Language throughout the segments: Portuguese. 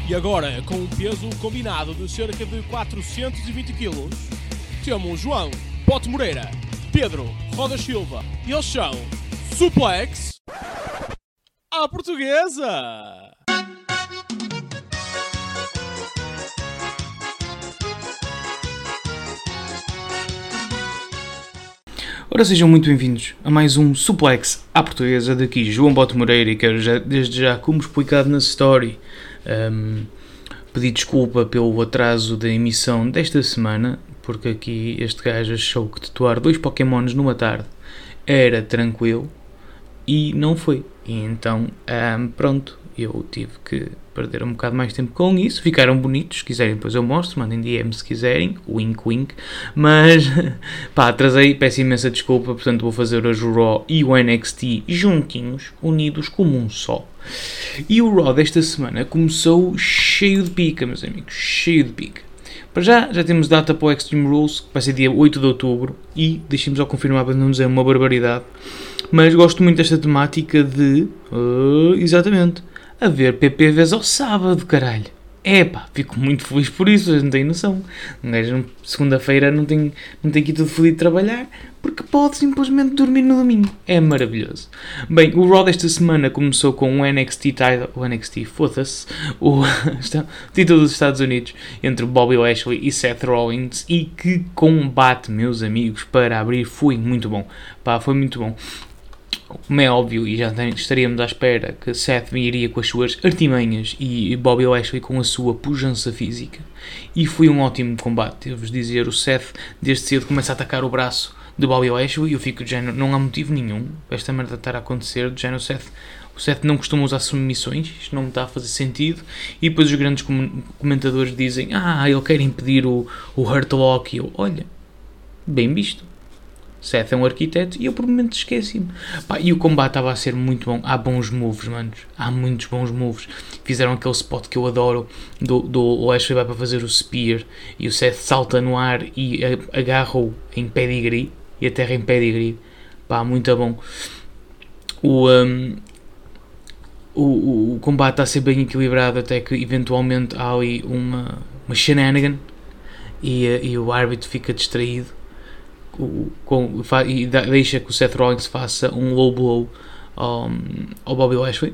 E agora, com um peso combinado de cerca de 420 kg, temos João Pote Moreira, Pedro Roda Silva e eles são Suplex à Portuguesa! Ora, sejam muito bem-vindos a mais um Suplex à Portuguesa, daqui João Pote Moreira, e quero desde já, como explicado na story, pedir desculpa pelo atraso da emissão desta semana, porque aqui este gajo achou que tatuar 2 Pokémons numa tarde era tranquilo e não foi. E então, pronto, eu tive que perder um bocado mais tempo com isso. Ficaram bonitos, se quiserem depois eu mostro, mandem DM se quiserem, wink wink, mas pá, atrasei, peço imensa desculpa, portanto vou fazer hoje o Raw e o NXT juntinhos, unidos como um só. E o Raw desta semana começou cheio de pica, meus amigos, cheio de pica. Para já temos data para o Extreme Rules, que vai ser dia 8 de outubro, e deixem-me só confirmar para não dizer uma barbaridade, mas gosto muito desta temática de, exatamente, haver PPVs ao sábado, caralho. Epá, fico muito feliz por isso, vocês não têm noção. Um gajo, segunda-feira, não tem que ir tudo feliz de trabalhar, porque pode simplesmente dormir no domingo. É maravilhoso. Bem, o Raw desta semana começou com o NXT title, o NXT, foda-se, o título dos Estados Unidos, entre Bobby Lashley e Seth Rollins, e que combate, meus amigos, para abrir, foi muito bom. Pá, foi muito bom. Como é óbvio, e já estaríamos à espera, que Seth viria com as suas artimanhas e Bobby Lashley com a sua pujança física. E foi um ótimo combate, devo-vos dizer. O Seth, desde cedo, começa a atacar o braço de Bobby Lashley e eu fico de género, não há motivo nenhum para esta merda estar a acontecer, de género, o Seth não costuma usar submissões, isto não me está a fazer sentido. E depois os grandes comentadores dizem, ele quer impedir o Hurt Lock, e eu, olha, bem visto. Seth é um arquiteto e eu por momentos esqueci-me. E o combate estava a ser muito bom. Há bons moves, manos. Há muitos bons moves. Fizeram aquele spot que eu adoro do Lashley vai para fazer o spear e o Seth salta no ar e agarra-o em pedigree e aterra em pedigree. Muito bom. O combate está a ser bem equilibrado, até que eventualmente há ali uma shenanigan e o árbitro fica distraído e deixa que o Seth Rollins faça um low blow ao Bobby Lashley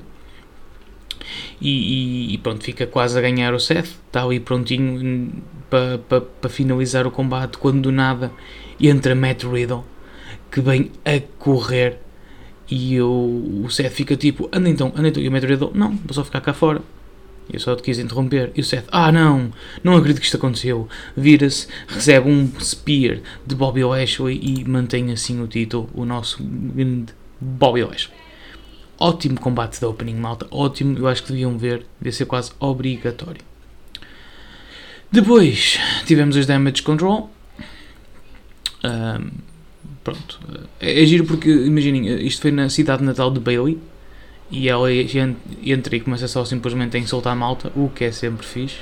e pronto, fica quase a ganhar o Seth, está ali prontinho para finalizar o combate, quando do nada entra Matt Riddle, que vem a correr, e o Seth fica tipo, anda então, e o Matt Riddle, não, vou só ficar cá fora. Eu só te quis interromper. E o Seth, não acredito que isto aconteceu. Vira-se, recebe um spear de Bobby Lashley e mantém assim o título, o nosso grande Bobby Lashley. Ótimo combate da opening, malta. Ótimo, eu acho que deviam ver. Devia ser quase obrigatório. Depois tivemos as Damage Control. Pronto. É giro porque, imaginem, isto foi na cidade natal de Bayley. E ela entra e começa só simplesmente a insultar a malta, o que é sempre fixe.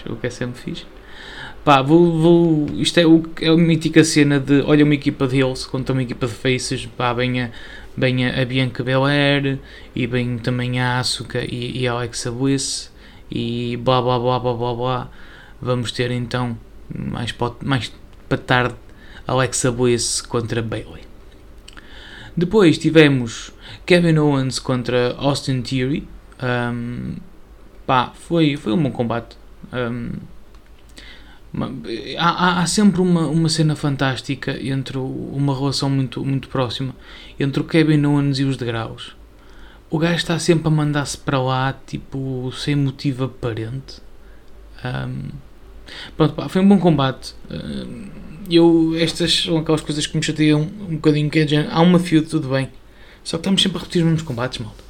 Isto é a mítica cena de, olha, uma equipa de heels contra uma equipa de faces, bem a Bianca Belair, e bem também a Asuka e a Alexa Bliss, e blá blá blá blá blá blá. Vamos ter então, mais para tarde, Alexa Bliss contra Bayley. Depois tivemos Kevin Owens contra Austin Theory. Foi um bom combate. Há sempre uma cena fantástica entre uma relação muito, muito próxima entre o Kevin Owens e os degraus. O gajo está sempre a mandar-se para lá, tipo, sem motivo aparente. Foi um bom combate. Estas são aquelas coisas que me chateiam um bocadinho, que é, há uma feud, tudo bem, só que estamos sempre a repetir os mesmos combates, malta.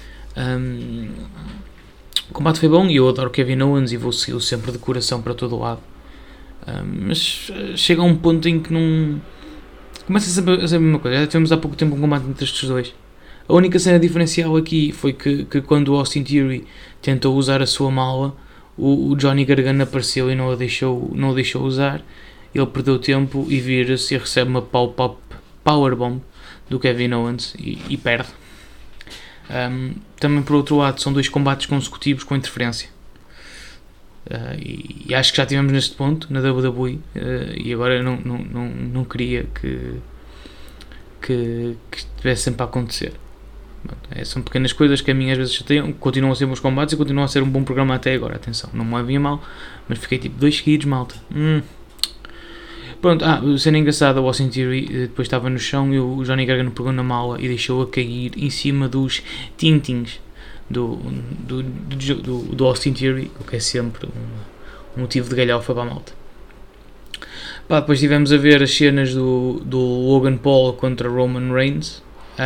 O combate foi bom e eu adoro Kevin Owens e vou segui-lo sempre de coração para todo o lado, mas chega a um ponto em que não começa sempre a ser a mesma coisa. Já tivemos há pouco tempo um combate entre estes dois. A única cena diferencial aqui foi que quando o Austin Theory tentou usar a sua mala, o Johnny Gargano apareceu e não o deixou usar. Ele perdeu tempo e vira-se e recebe uma powerbomb do Kevin Owens e perde. Também por outro lado são 2 combates consecutivos com interferência. e acho que já estivemos neste ponto na WWE, e agora eu não queria que estivesse sempre a acontecer. São pequenas coisas que a mim às vezes chateiam. Continuam a ser bons combates e continuam a ser um bom programa até agora. Atenção, não me levem a mal, mas fiquei tipo 2 seguidos, malta. Pronto, cena engraçada, o Austin Theory depois estava no chão e o Johnny Gargano pegou na mala e deixou-a cair em cima dos tintins do Austin Theory, o que é sempre um motivo de galhofa para a malta. Depois estivemos a ver as cenas do Logan Paul contra Roman Reigns.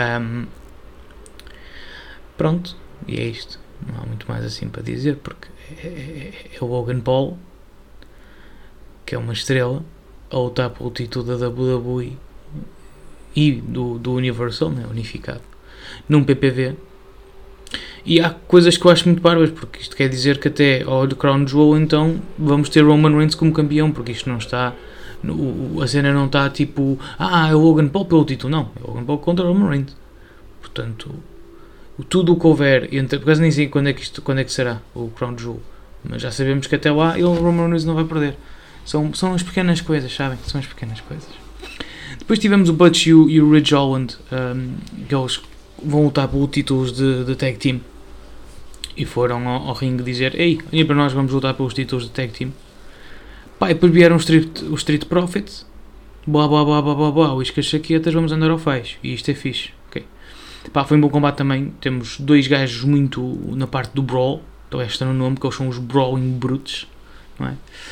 Pronto, e é isto. Não há muito mais assim para dizer, porque é o Logan Paul, que é uma estrela, a lutar pelo título da WWE e do Universal, né, unificado, num PPV. E há coisas que eu acho muito bárbaras, porque isto quer dizer que até ao Crown Jewel, então, vamos ter Roman Reigns como campeão, porque isto não está... a cena não está tipo... é o Logan Paul pelo título, não. É o Logan Paul contra Roman Reigns. Portanto... tudo o que houver entre, porque nem sei quando é que será o Crown Jewel, mas já sabemos que até lá o Roman Reigns não vai perder. São as pequenas coisas, sabem? São as pequenas coisas. Depois tivemos o Butch e o Ridge Holland, que eles vão lutar por títulos de tag team e foram ao ringue dizer: ei, olhem para nós, vamos lutar pelos títulos de tag team. E depois vieram os Street Profits, blá blá blá blá blá blá, os cachaquetas, vamos andar ao faz, e isto é fixe. Foi um bom combate também. Temos 2 gajos muito na parte do brawl, então este é o nome, que eles são os Brawling Brutes, não é?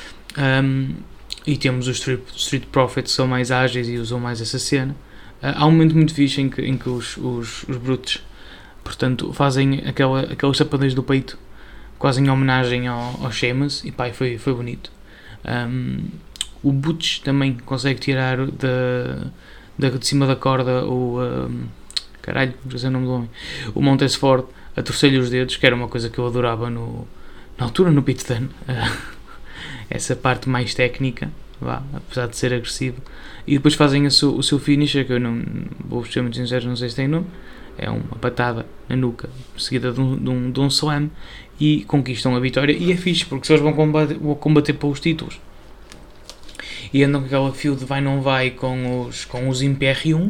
E temos os Street Profits, que são mais ágeis e usam mais essa cena. Há um momento muito fixe em que os Brutes, portanto, fazem aquelas sapadões do peito, quase em homenagem ao Sheamus, e foi bonito. O Butch também consegue tirar de cima da corda caralho, não sei o nome do homem, o Montez Ford, a torcer-lhe os dedos, que era uma coisa que eu adorava na altura no Pit Dunne, essa parte mais técnica, apesar de ser agressivo, e depois fazem o seu finisher, que eu não vou ser muito sincero, não sei se tem nome, é uma patada na nuca, seguida de um slam, e conquistam a vitória, e é fixe, porque se eles vão combater pelos títulos, e andam com aquela feud vai não vai com os Imperium,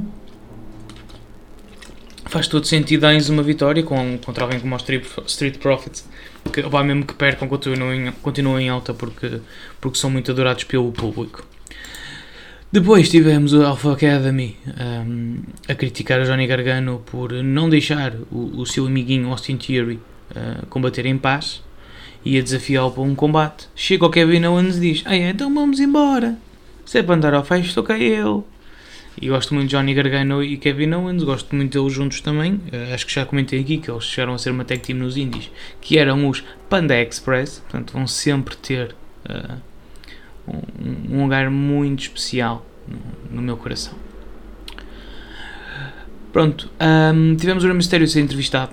faz todo sentido dar-lhes uma vitória contra alguém como os Street Profits, que mesmo que percam, continuam em alta porque são muito adorados pelo público. Depois tivemos o Alpha Academy a criticar o Johnny Gargano por não deixar o seu amiguinho Austin Theory combater em paz e a desafiá-lo para um combate. Chega ao Kevin Owens e diz: então vamos embora, se é para andar ao fecho, toca eu. E gosto muito de Johnny Gargano e Kevin Owens, gosto muito deles juntos também. Acho que já comentei aqui que eles chegaram a ser uma tag team nos indies, que eram os Panda Express, portanto vão sempre ter um lugar muito especial no meu coração. Pronto, tivemos o Rey Mysterio a ser entrevistado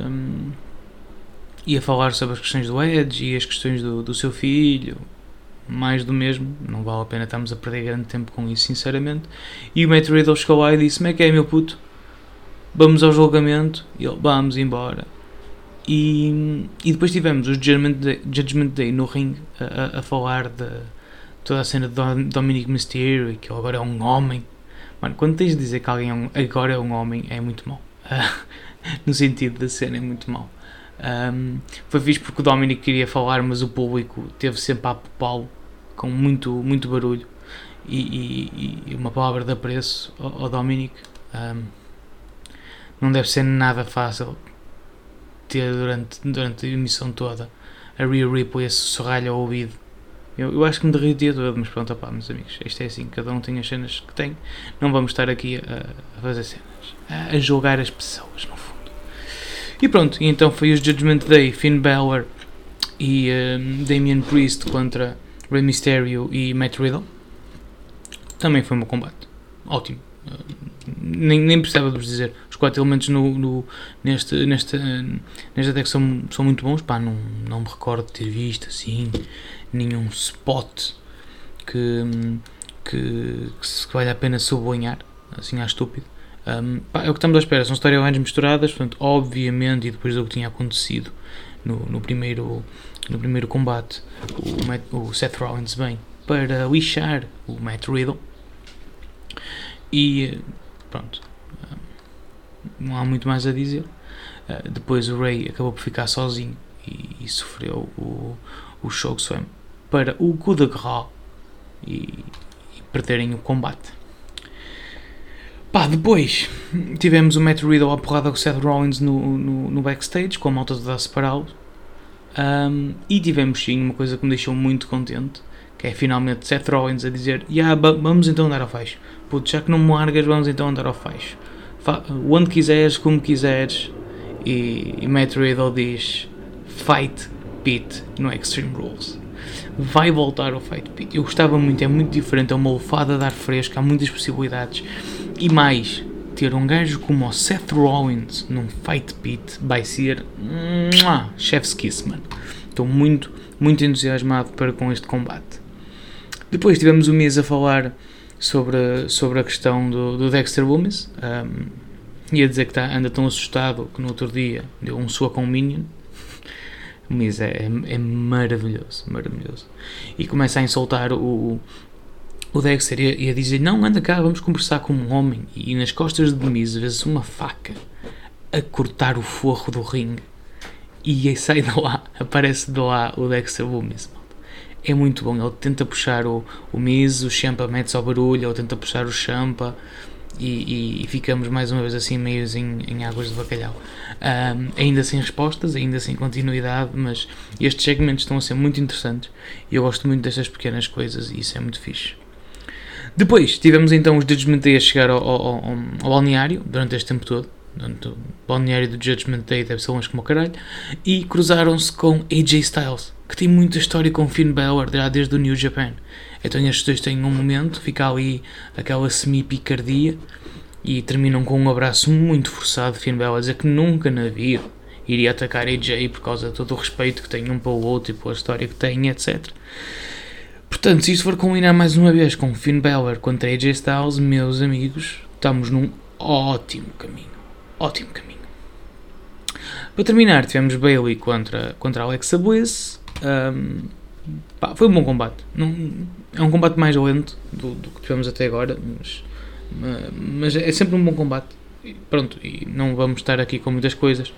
e a falar sobre as questões do Edge e as questões do seu filho. Mais do mesmo, não vale a pena estarmos a perder grande tempo com isso, sinceramente. E o Matt Riddle chegou lá e disse: como é que é, meu puto? Vamos ao julgamento. E ele: vamos embora. E depois tivemos o Judgment Day no ringue a falar de toda a cena de Dominic Mysterio, que ele agora é um homem. Mano, quando tens de dizer que alguém agora é um homem, é muito mau. No sentido da cena, é muito mau. Foi fixe porque o Dominic queria falar, mas o público teve sempre a apopá-lo com muito, muito barulho e uma palavra de apreço ao Dominic. Não deve ser nada fácil ter durante a emissão toda a Rhea Ripley a sussurrar-lhe ao ouvido. Eu acho que me derretia todo, mas pronto, meus amigos, isto é assim, cada um tem as cenas que tem, não vamos estar aqui a fazer cenas, a julgar as pessoas, no fundo. E pronto, e então foi os Judgment Day, Finn Balor e Damian Priest contra Rey Mysterio e Matt Riddle. Também foi um combate ótimo, nem precisava de vos dizer, os 4 elementos nesta deck são muito bons. Não me recordo de ter visto assim nenhum spot que vale a pena sublinhar assim à estúpido. É o que estamos à espera, são storylines misturadas, portanto, obviamente, e depois do que tinha acontecido no primeiro combate o Seth Rollins vem para lixar o Matt Riddle e pronto, não há muito mais a dizer. Depois o Rey acabou por ficar sozinho e sofreu o chokeslam para o coup de grace e perderem o combate. Depois tivemos o Matt Riddle à porrada com o Seth Rollins no backstage, com a malta toda a separá-lo. E tivemos sim uma coisa que me deixou muito contente, que é finalmente Seth Rollins a dizer: vamos então andar ao faixo. Puto, já que não me largas, vamos então andar ao faixo. Onde quiseres, como quiseres. E Matt Riddle diz: Fight Pete no Extreme Rules. Vai voltar ao Fight Pit. Eu gostava muito, é muito diferente, é uma lufada de ar fresco, há muitas possibilidades. E mais, ter um gajo como o Seth Rollins num Fight Pit vai ser chef's kiss, mano. Estou muito, muito entusiasmado com este combate. Depois tivemos o Miz a falar sobre a questão do Dexter Lumis. Ia dizer que anda tão assustado que no outro dia deu um soco a um Minion. O Miz é maravilhoso, maravilhoso. E começa a insultar o Dexter e a dizer: não, anda cá, vamos conversar como um homem. E nas costas de Miz vê-se uma faca a cortar o forro do ringue. E aí sai de lá, aparece de lá o Dexter Lumis. É muito bom, ele tenta puxar o Miz, o Ciampa mete-se ao barulho, ele tenta puxar o Ciampa. E ficamos mais uma vez assim meios em águas de bacalhau, ainda sem respostas, ainda sem continuidade, mas estes segmentos estão a ser muito interessantes e eu gosto muito destas pequenas coisas e isso é muito fixe. Depois tivemos então os Judgment Day a chegar ao balneário durante este tempo todo. O balneário do Judgment Day deve ser longe como o caralho, e cruzaram-se com AJ Styles, que tem muita história com Finn Balor já desde o New Japan. Então estes dois têm um momento, fica ali aquela semi-picardia e terminam com um abraço muito forçado de Finn Balor a dizer que nunca na vida iria atacar AJ por causa de todo o respeito que tem um para o outro e pela história que tem, etc. Portanto, se isto for combinar mais uma vez com Finn Balor contra AJ Styles, meus amigos, estamos num ótimo caminho. Ótimo caminho. Para terminar, tivemos Bayley contra Alexa Bliss. Foi um bom combate. É um combate mais lento do que tivemos até agora, mas é sempre um bom combate. Pronto, e não vamos estar aqui com muitas coisas.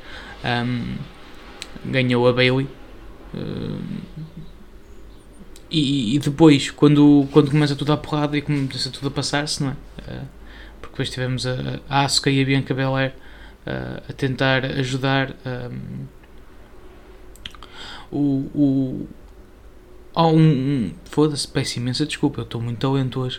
Ganhou a Bayley. E depois, quando começa tudo a porrada e começa tudo a passar-se, não é? Porque depois tivemos a Asuka e a Bianca Belair a tentar ajudar foda-se, peço imensa desculpa, eu estou muito lento hoje.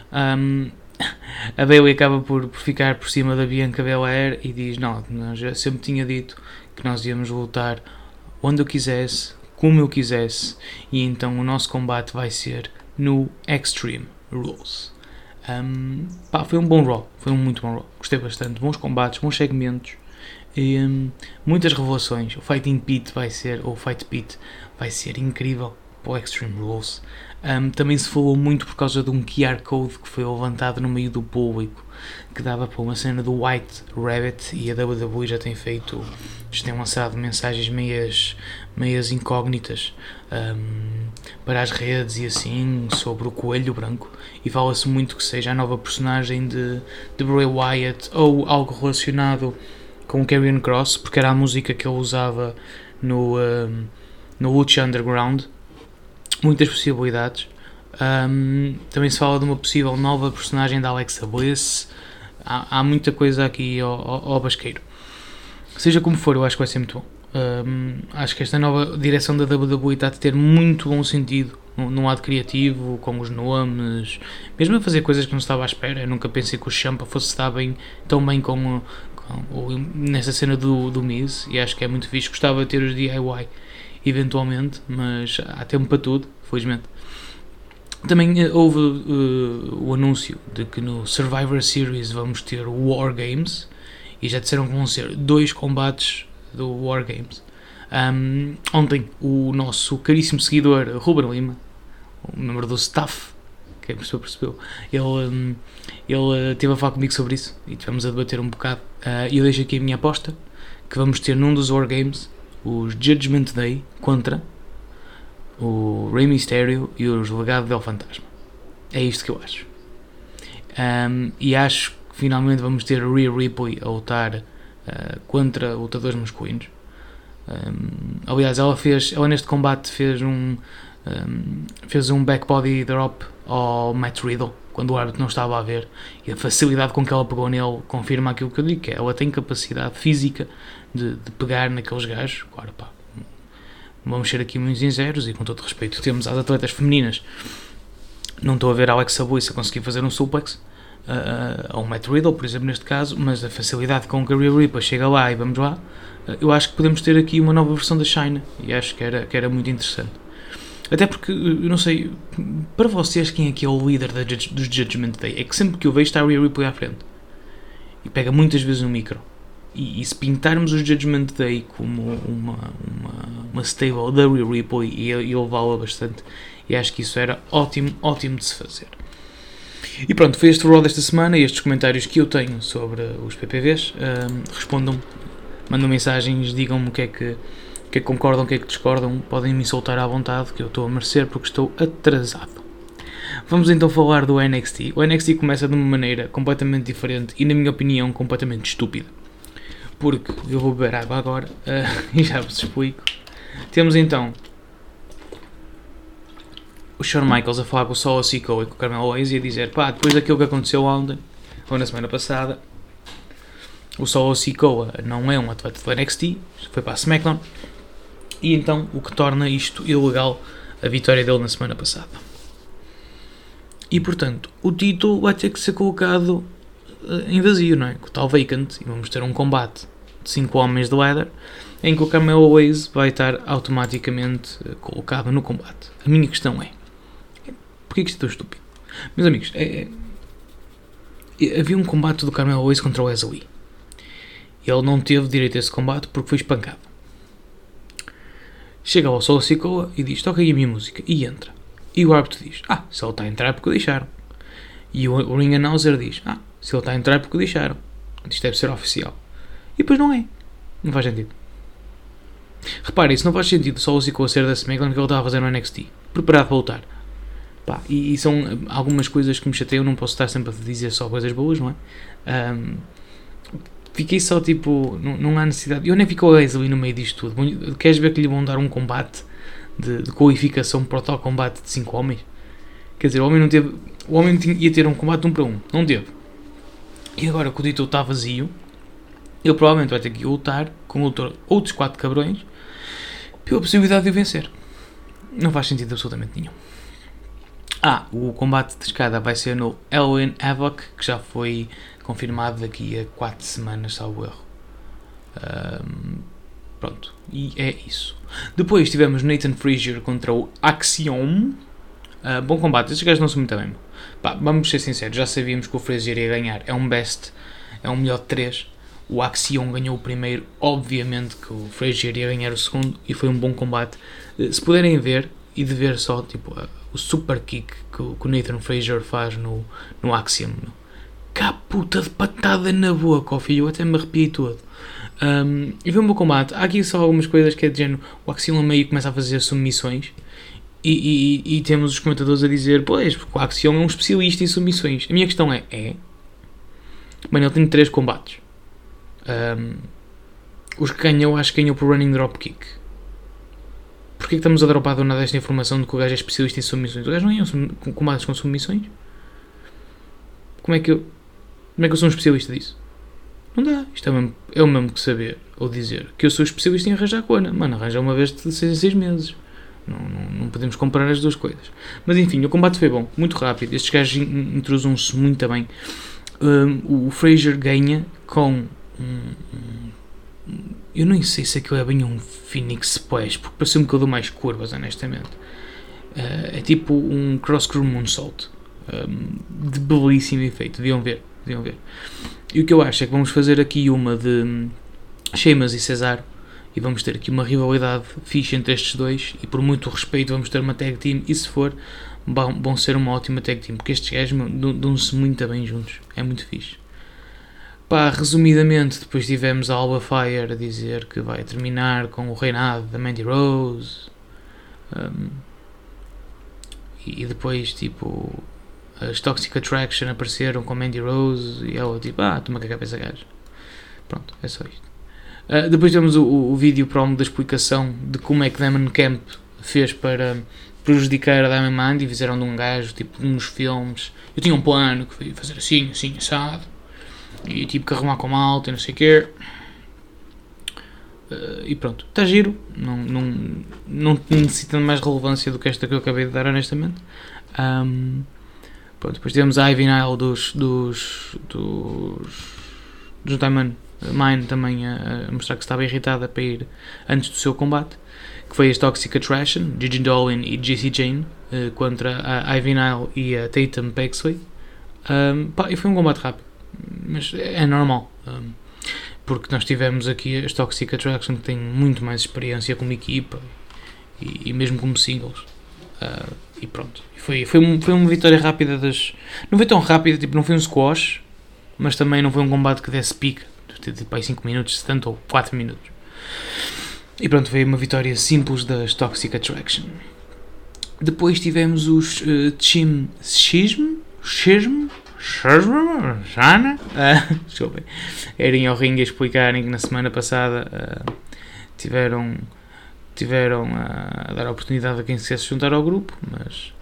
A Bayley acaba por ficar por cima da Bianca Belair e diz: não, eu sempre tinha dito que nós íamos lutar onde eu quisesse, como eu quisesse, e então o nosso combate vai ser no Extreme Rules. Foi um bom Raw, foi um muito bom Raw, gostei bastante, bons combates, bons segmentos, e, muitas revelações. O Fight Pit vai ser incrível para o Extreme Rules. Também se falou muito por causa de um QR Code que foi levantado no meio do público, que dava para uma cena do White Rabbit, e a WWE já tem feito, tem lançado mensagens meias incógnitas para as redes e assim, sobre o Coelho Branco, e fala-se muito que seja a nova personagem de Bray Wyatt ou algo relacionado com o Karrion Kross, porque era a música que ele usava no Lucha Underground. Muitas possibilidades. Também se fala de uma possível nova personagem da Alexa Bliss. Há muita coisa aqui ao basqueiro. Seja como for, eu acho que vai ser muito bom. Acho que esta nova direção da WWE está a ter muito bom sentido no lado criativo, com os nomes, mesmo a fazer coisas que não estava à espera. Eu nunca pensei que o Ciampa fosse estar tão bem nessa cena do Miz, e acho que é muito fixe. Gostava de ter os DIY eventualmente, mas há tempo para tudo, felizmente. Também houve o anúncio de que no Survivor Series vamos ter War Games, e já disseram que vão ser 2 combates do War Games. Ontem o nosso caríssimo seguidor Ruben Lima, o membro do staff, quem percebeu, ele esteve a falar comigo sobre isso e tivemos a debater um bocado, e eu deixo aqui a minha aposta que vamos ter num dos War Games os Judgment Day contra o Rey Mysterio e os Legado del Fantasma. É isto que eu acho. E acho que finalmente vamos ter Rhea Ripley a lutar contra lutadores masculinos. Aliás, ela neste combate fez um back body drop ao Matt Riddle quando o árbitro não estava a ver, e a facilidade com que ela pegou nele confirma aquilo que eu digo, que ela tem capacidade física de pegar naqueles gajos. Claro, pá, vamos ser aqui muito sinceros e com todo respeito temos as atletas femininas, não estou a ver a Alexa Bliss a conseguir fazer um suplex ao Matt Riddle, por exemplo, neste caso, mas a facilidade com que a Rhea Ripley chega lá e vamos lá, eu acho que podemos ter aqui uma nova versão da Shayna, e acho que era muito interessante. Até porque, eu não sei, para vocês quem é que é o líder dos Judgment Day? É que sempre que eu vejo está a Rhea Ripley à frente. E pega muitas vezes no micro. E se pintarmos os Judgment Day como uma stable da Rhea Ripley e elevá-la bastante, e acho que isso era ótimo de se fazer. E pronto, foi este o Raw desta semana e estes comentários que eu tenho sobre os PPVs. Respondam, mandam mensagens, digam-me o que é que concordam, o que é que discordam, podem me insultar à vontade, que eu estou a merecer porque estou atrasado. Vamos então falar do NXT. O NXT começa de uma maneira completamente diferente e, na minha opinião, completamente estúpida. Porque, eu vou beber água agora e já vos explico. Temos então o Shawn Michaels a falar com o Solo Sikoa e com o Carmelo Hayes e a dizer, pá, depois daquilo que aconteceu ontem, ou na semana passada, o Solo Sikoa não é um atleta do NXT, foi para a SmackDown, e então o que torna isto ilegal a vitória dele na semana passada. E portanto, o título vai ter que ser colocado em vazio, não é? Com o tal vacant, e vamos ter um combate de 5 homens de ladder, em que o Carmelo Hayes vai estar automaticamente colocado no combate. A minha questão é, porquê que isto é tão estúpido? Meus amigos, havia um combate do Carmelo Hayes contra o Wesley. Ele não teve direito a esse combate porque foi espancado. Chega ao Solo Sikoa e diz, toca aí a minha música, e entra. E o árbitro diz, se ele está a entrar é porque o deixaram. E o ring announcer diz, se ele está a entrar é porque o deixaram. Isto deve ser oficial. E depois não é. Não faz sentido. Reparem, isso não faz sentido só o Sikoa ser da SmackDown que ele estava a fazer no NXT. Preparado para voltar. E são algumas coisas que me chateiam, não posso estar sempre a dizer só coisas boas, não é? Fiquei só tipo, não há necessidade. Eu nem fico o Wesley no meio disto tudo. Queres ver que lhe vão dar um combate de qualificação para o tal combate de 5 homens? Quer dizer, o homem não teve. O homem ia ter um combate 1 para 1, não teve. E agora que o título está vazio, ele provavelmente vai ter que lutar com outros 4 cabrões pela possibilidade de o vencer. Não faz sentido absolutamente nenhum. O combate de escada vai ser no Halloween Havoc, que já foi confirmado daqui a 4 semanas, salvo erro. Pronto, e é isso. Depois tivemos Nathan Frazier contra o Axiom. Bom combate, estes gajos não são muito bem. Vamos ser sinceros, já sabíamos que o Frazier ia ganhar. É um best, é um melhor de 3. O Axiom ganhou o primeiro, obviamente que o Frazier ia ganhar o segundo, e foi um bom combate. Se puderem ver, e de ver só tipo, o super kick que o Nathan Frazier faz no Axiom. Cá puta de patada na boca, filho, eu até me arrepiei todo. E foi um bom combate. Há aqui só algumas coisas que é de género, o Axiom a meio começa a fazer submissões e temos os comentadores a dizer, pois, porque o Axiom é um especialista em submissões. A minha questão é mano, ele tem 3 combates. Os que ganhou, acho que ganhou por running dropkick. Porquê que estamos a dropar do nada esta informação de que o gajo é especialista em submissões? O gajo não é combates com submissões? Como é que eu sou um especialista disso? Não dá. Isto é o mesmo que saber ou dizer que eu sou especialista em arranjar cona. Mano, arranja uma vez de 6 em 6 meses. Não podemos comparar as duas coisas. Mas enfim, o combate foi bom, muito rápido. Estes gajos introduzam-se muito bem. O Frazier ganha com eu não sei se aquilo é bem um Phoenix Splash, porque pareceu-me que eu dou mais curvas, honestamente. É tipo um Cross-Crew Moonsault. De belíssimo efeito, deviam ver. E o que eu acho é que vamos fazer aqui uma de Sheamus e Cesaro, e vamos ter aqui uma rivalidade fixe entre estes dois, e por muito respeito vamos ter uma tag team, e se for, vão ser uma ótima tag team, porque estes gajos dão-se muito bem juntos, é muito fixe. Pá, resumidamente, depois tivemos a Alba Fire a dizer que vai terminar com o reinado da Mandy Rose. E depois, tipo, as Toxic Attraction apareceram com a Mandy Rose e ela, tipo, toma que a cabeça gajo. Pronto, é só isto. Depois temos o vídeo promo da explicação de como é que Damon Camp fez para prejudicar a Diamond Mine, e fizeram de um gajo, tipo, nos filmes. Eu tinha um plano que foi fazer assim, assado, e tipo, que arrumar com malta e não sei o quê. E pronto, está giro, não necessita de mais relevância do que esta que eu acabei de dar, honestamente. Pronto, depois tivemos a Ivy Nile dos Diamond Mine também a mostrar que estava irritada para ir antes do seu combate, que foi as Toxic Attraction, Gigi Dolan e Jessie Jane, contra a Ivy Nile e a Tatum Paxley. E foi um combate rápido, mas é normal, porque nós tivemos aqui as Toxic Attraction, que têm muito mais experiência como equipa e mesmo como singles. E pronto, foi uma vitória rápida não foi tão rápida, tipo, não foi um squash, mas também não foi um combate que desse pica, tipo aí 5 minutos, 70 ou 4 minutos. E pronto, foi uma vitória simples das Toxic Attraction. Depois tivemos os Team Schism, desculpem, irem ao ringue a explicarem que na semana passada tiveram a dar a oportunidade a quem se quisesse juntar ao grupo, mas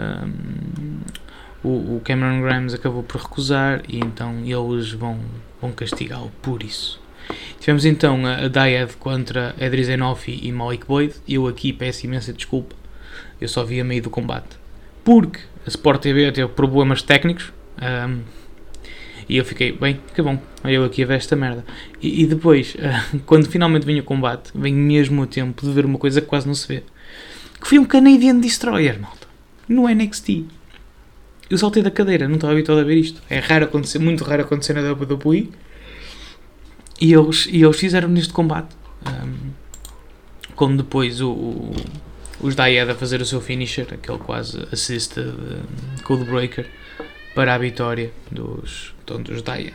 o Cameron Grimes acabou por recusar, e então eles vão castigá-lo por isso. Tivemos então a Dyad contra Edris Enofi e Malik Boyd. Eu aqui peço imensa desculpa, eu só vi a meio do combate porque a Sport TV teve problemas técnicos, e eu fiquei, bem, que bom, eu aqui a ver esta merda. E depois, quando finalmente vem o combate, venho mesmo a tempo de ver uma coisa que quase não se vê, que foi um Canadian Destroyer, malta, no NXT. Eu saltei da cadeira, não estava habituado a ver isto. É raro acontecer, muito raro acontecer na WWE. E eles fizeram neste combate, com depois os Dyad a fazer o seu finisher, aquele quase assisted Codebreaker, para a vitória dos Dyad.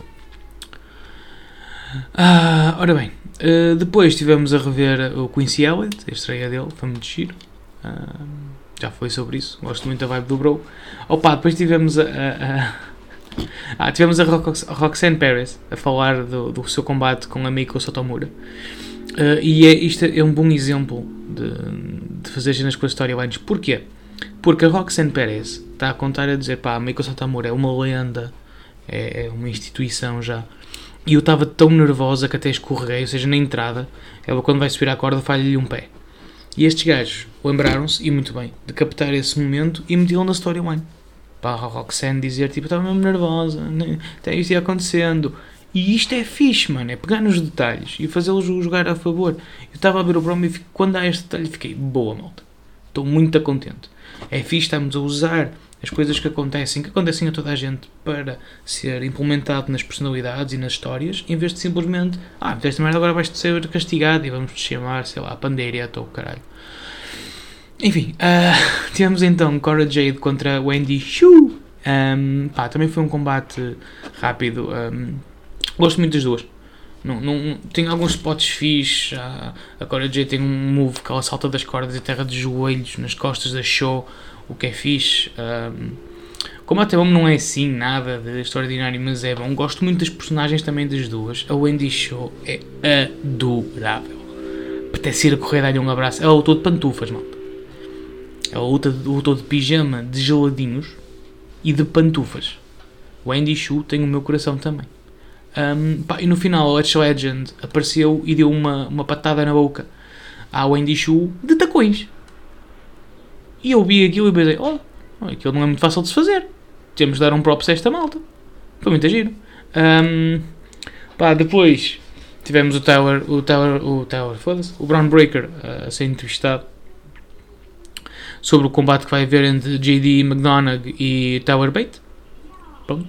Ora bem, depois estivemos a rever o Quincy Elliott, a estreia dele, foi muito giro. Já falei sobre isso, gosto muito da vibe do Bro. Depois tivemos tivemos a Roxanne Perez a falar do seu combate com a Meiko Satomura. Isto é um bom exemplo de fazer cenas com as storylines. Porquê? Porque a Roxanne Perez está a contar, a dizer, a Meiko Satomura é uma lenda, é uma instituição já. E eu estava tão nervosa que até escorreguei, ou seja, na entrada, ela quando vai subir à corda falha-lhe um pé. E estes gajos lembraram-se, e muito bem, de captar esse momento e meti-lo na storyline. Para a Roxanne dizer, tipo, estava mesmo nervosa, até isto ia acontecendo. E isto é fixe, mano, é pegar nos detalhes e fazê-los jogar a favor. Eu estava a ver o promo e quando há este detalhe fiquei, boa, malta, estou muito contente. É fixe, estamos a usar as coisas que acontecem a toda a gente para ser implementado nas personalidades e nas histórias, em vez de simplesmente, desta merda agora vais ser castigado e vamos te chamar, sei lá, Pandeireta ou caralho. Enfim, tivemos então Cora Jade contra Wendy Choo. Também foi um combate rápido. Gosto muito das duas. Tem alguns spots fixes. A Cora Jade tem um move que ela salta das cordas e terra de joelhos nas costas da Show, o que é fixe. O combate é bom, não é assim nada de extraordinário, mas é bom. Gosto muito das personagens também das duas. A Wendy Choo é adorável. Apetece ir a correr, dar-lhe um abraço. Ela lutou de pantufas, malta. Ela lutou de pijama, de geladinhos e de pantufas. O Wendy Choo tem o meu coração também. E no final o Edge Legend apareceu e deu uma patada na boca à Wendy Choo de tacões. E eu vi aquilo e pensei, aquilo não é muito fácil de se fazer. Temos de dar um props a esta malta. Foi muito giro. Depois tivemos o Braun Breaker a ser entrevistado sobre o combate que vai haver entre JD McDonagh e Tower Bait. Pronto.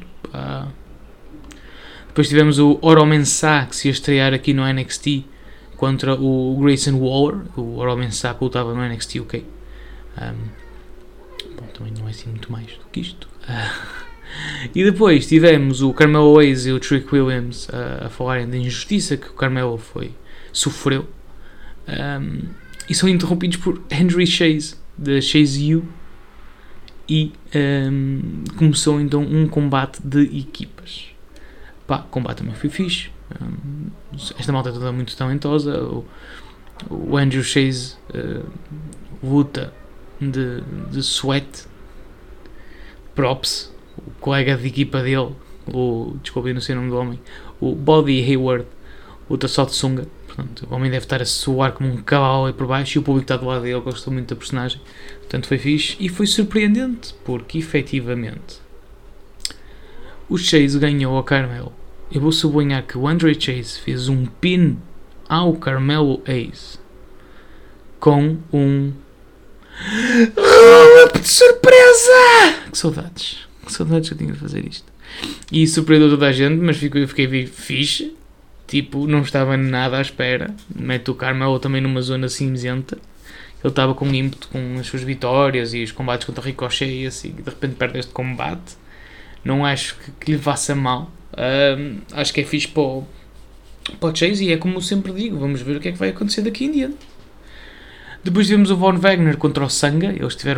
Depois tivemos o Oro Mensah, que se ia estrear aqui no NXT contra o Grayson Waller. O Oro Mensah que lutava no NXT UK. Também não é assim muito mais do que isto. E depois tivemos o Carmelo Hayes e o Trick Williams a falarem da injustiça que o Carmelo sofreu. E são interrompidos por Henry Chase, da Chase U. E começou então um combate de equipas. O combate também foi fixe. Esta malta é toda muito talentosa. O Andrew Chase luta de sweat. Props. O colega de equipa dele, desculpa, não sei o nome do homem, o Bobby Hayward, luta só de sunga. Portanto, o homem deve estar a suar como um cavalo aí por baixo e o público está do lado dele, gostou muito da personagem. Portanto, foi fixe e foi surpreendente, porque efetivamente o Chase ganhou ao Carmelo. Eu vou sublinhar que o Andre Chase fez um pin ao Carmelo Hayes com um roll-up de surpresa! Que saudades que eu tinha de fazer isto. E surpreendeu toda a gente, mas eu fiquei fixe. Tipo, não estava nada à espera. Mete o Carmelo também numa zona cinzenta. Ele estava com ímpeto com as suas vitórias e os combates contra Ricochet e assim, de repente perde este combate. Não acho que lhe faça mal. Acho que é fixe para o Chase e é como eu sempre digo, vamos ver o que é que vai acontecer daqui em diante. Depois tivemos o Von Wagner contra o Sanga. Eles tiveram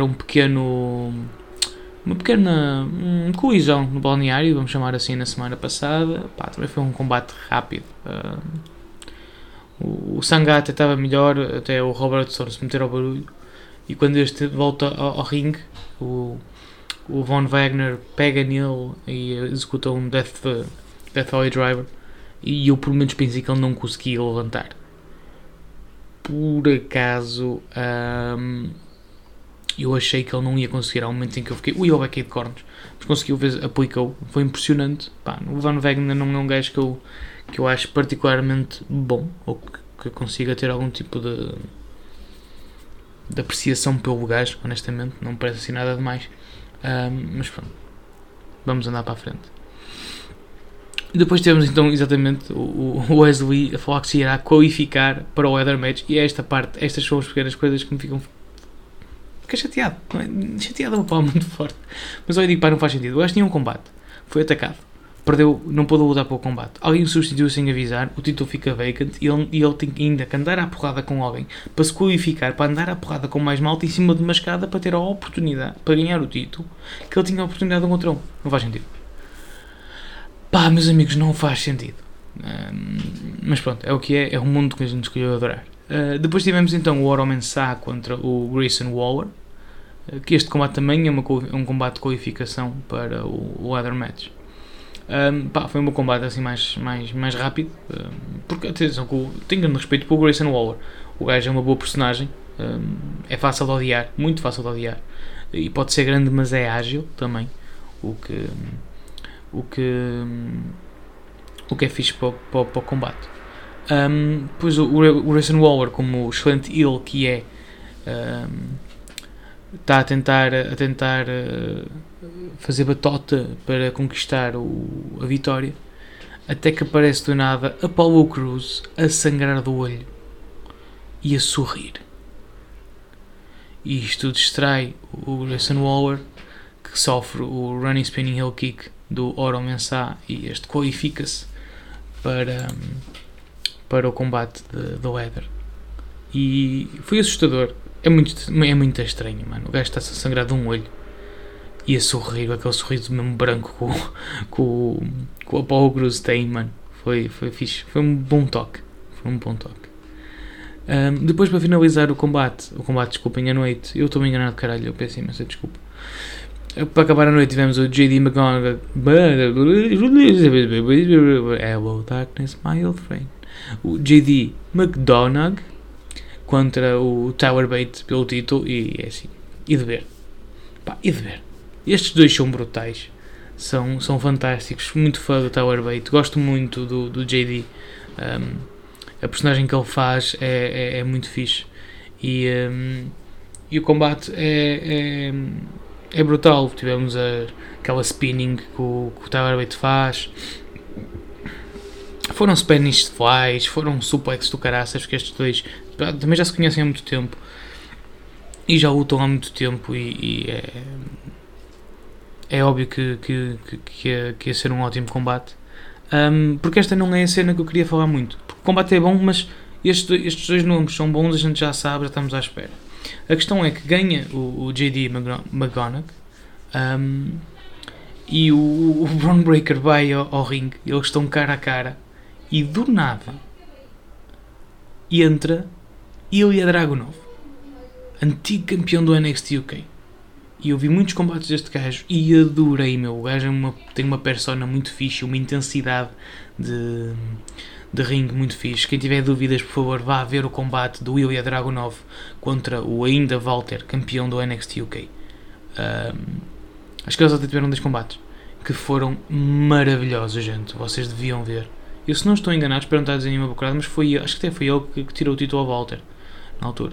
uma pequena colisão no balneário, vamos chamar assim, na semana passada. Também foi um combate rápido. O Sanga até estava melhor, até o Robertson se meter ao barulho. E quando este volta ao ringue, o Von Wagner pega nele e executa um Death Valley Driver. E eu pelo menos pensei que ele não conseguia levantar. Por acaso, eu achei que ele não ia conseguir. Ao momento em que eu fiquei, ele vai cair de cornos, mas conseguiu, aplicou, foi impressionante. O Von Wagner não é um gajo que eu acho particularmente bom, ou que consiga ter algum tipo de apreciação pelo gajo, honestamente, não me parece assim nada demais. Mas pronto, vamos andar para a frente. Depois temos então exatamente o Wesley a falar que se irá qualificar para o Leather Match, e estas são as pequenas coisas que me ficam. Fiquei chateado, não é? Chateado é uma palavra muito forte, mas eu digo, não faz sentido. O gajo tinha um combate, foi atacado, perdeu, não pôde lutar para o combate, alguém o substituiu sem avisar, o título fica vacant e ele tem ainda que andar à porrada com alguém para se qualificar, para andar à porrada com mais malta em cima de uma escada para ter a oportunidade, para ganhar o título que ele tinha a oportunidade de um contra um. Não faz sentido. Meus amigos, não faz sentido. Mas pronto, é o que é o mundo que a gente escolheu adorar. Depois tivemos então o Oro Mensah contra o Grayson Waller, que este combate também é um combate de qualificação para o Leather Match. Foi um bom combate assim mais rápido, porque atenção, tenho grande respeito pelo Grayson Waller. O gajo é uma boa personagem, é fácil de odiar, muito fácil de odiar, e pode ser grande, mas é ágil também, o que é fixe para o combate. Depois o Grayson Waller, como o excelente heel que é, está a tentar fazer batota para conquistar a vitória, até que aparece do nada Apollo Crews a sangrar do olho e a sorrir, e isto distrai o Grayson Waller, que sofre o Running Spinning Heel Kick do Oro Mensah, e este qualifica-se para o combate do Leather. E foi assustador. É muito estranho, mano. O gajo está-se a sangrar de um olho e a sorrir, aquele sorriso mesmo branco que o Apollo Crews tem, mano. Foi fixe. Foi um bom toque. Depois, para finalizar o combate, desculpem, a noite, eu estou-me enganado, caralho, eu peço imensa desculpa. Para acabar a noite tivemos o J.D. McGonagall. Hello darkness, my old friend. O J.D. McDonagh contra o Tyler Bate pelo título, e é assim, e de ver. Estes dois são brutais, são fantásticos. Muito fã do Tyler Bate, gosto muito do J.D. A personagem que ele faz é muito fixe, e o combate é brutal. Tivemos aquela spinning que o Tyler Bate faz. Foram Spanish Flies, foram suplex do caraças, que estes dois também já se conhecem há muito tempo e já lutam há muito tempo, e é óbvio que ia ser um ótimo combate. Porque esta não é a cena que eu queria falar muito. Porque o combate é bom, mas estes dois nomes são bons, a gente já sabe, já estamos à espera. A questão é que ganha o JD McDonagh, e o Bron Breakker vai ao ringue, eles estão cara a cara, e do nada entra Ilya Dragunov, antigo campeão do NXT UK. E eu vi muitos combates deste gajo e adorei, meu. O gajo tem uma persona muito fixe, uma intensidade de ringue muito fixe. Quem tiver dúvidas, por favor, vá ver o combate do Ilya Dragunov contra o ainda Walter, campeão do NXT UK. Acho que eles até tiveram 2 combates que foram maravilhosos, gente. Vocês deviam ver. Eu, se não estou enganado, espero não estar a dizer nenhuma bocada, mas acho que até foi ele que tirou o título ao Walter na altura.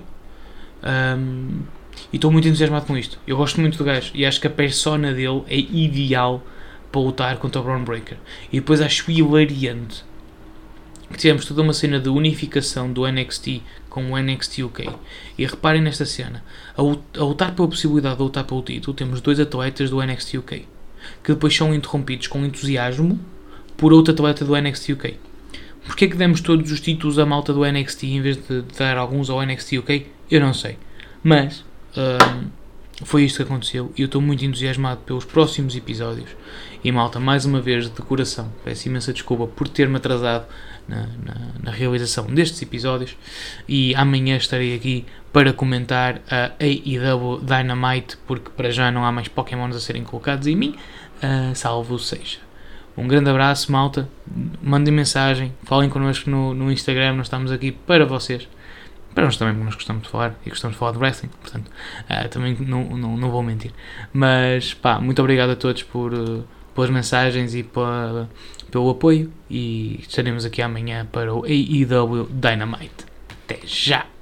E estou muito entusiasmado com isto. Eu gosto muito do gajo e acho que a persona dele é ideal para lutar contra o Bron Breakker. E depois acho hilariante que tivemos toda uma cena de unificação do NXT com o NXT UK. E reparem nesta cena, a lutar pela possibilidade de lutar pelo título, temos 2 atletas do NXT UK que depois são interrompidos com entusiasmo por outro atleta do NXT UK. Porquê é que demos todos os títulos à malta do NXT em vez de dar alguns ao NXT UK? Eu não sei, mas foi isto que aconteceu e eu estou muito entusiasmado pelos próximos episódios. E malta, mais uma vez, de coração, peço imensa desculpa por ter-me atrasado na realização destes episódios, e amanhã estarei aqui para comentar a AEW Dynamite, porque para já não há mais Pokémons a serem colocados em mim, salvo seja. Um grande abraço, malta, mandem mensagem, falem connosco no Instagram, nós estamos aqui para vocês. Para nós também, porque nós gostamos de falar e gostamos de falar de wrestling, portanto, também não vou mentir. Mas, pá, muito obrigado a todos pelas mensagens e pelo apoio, e estaremos aqui amanhã para o AEW Dynamite. Até já!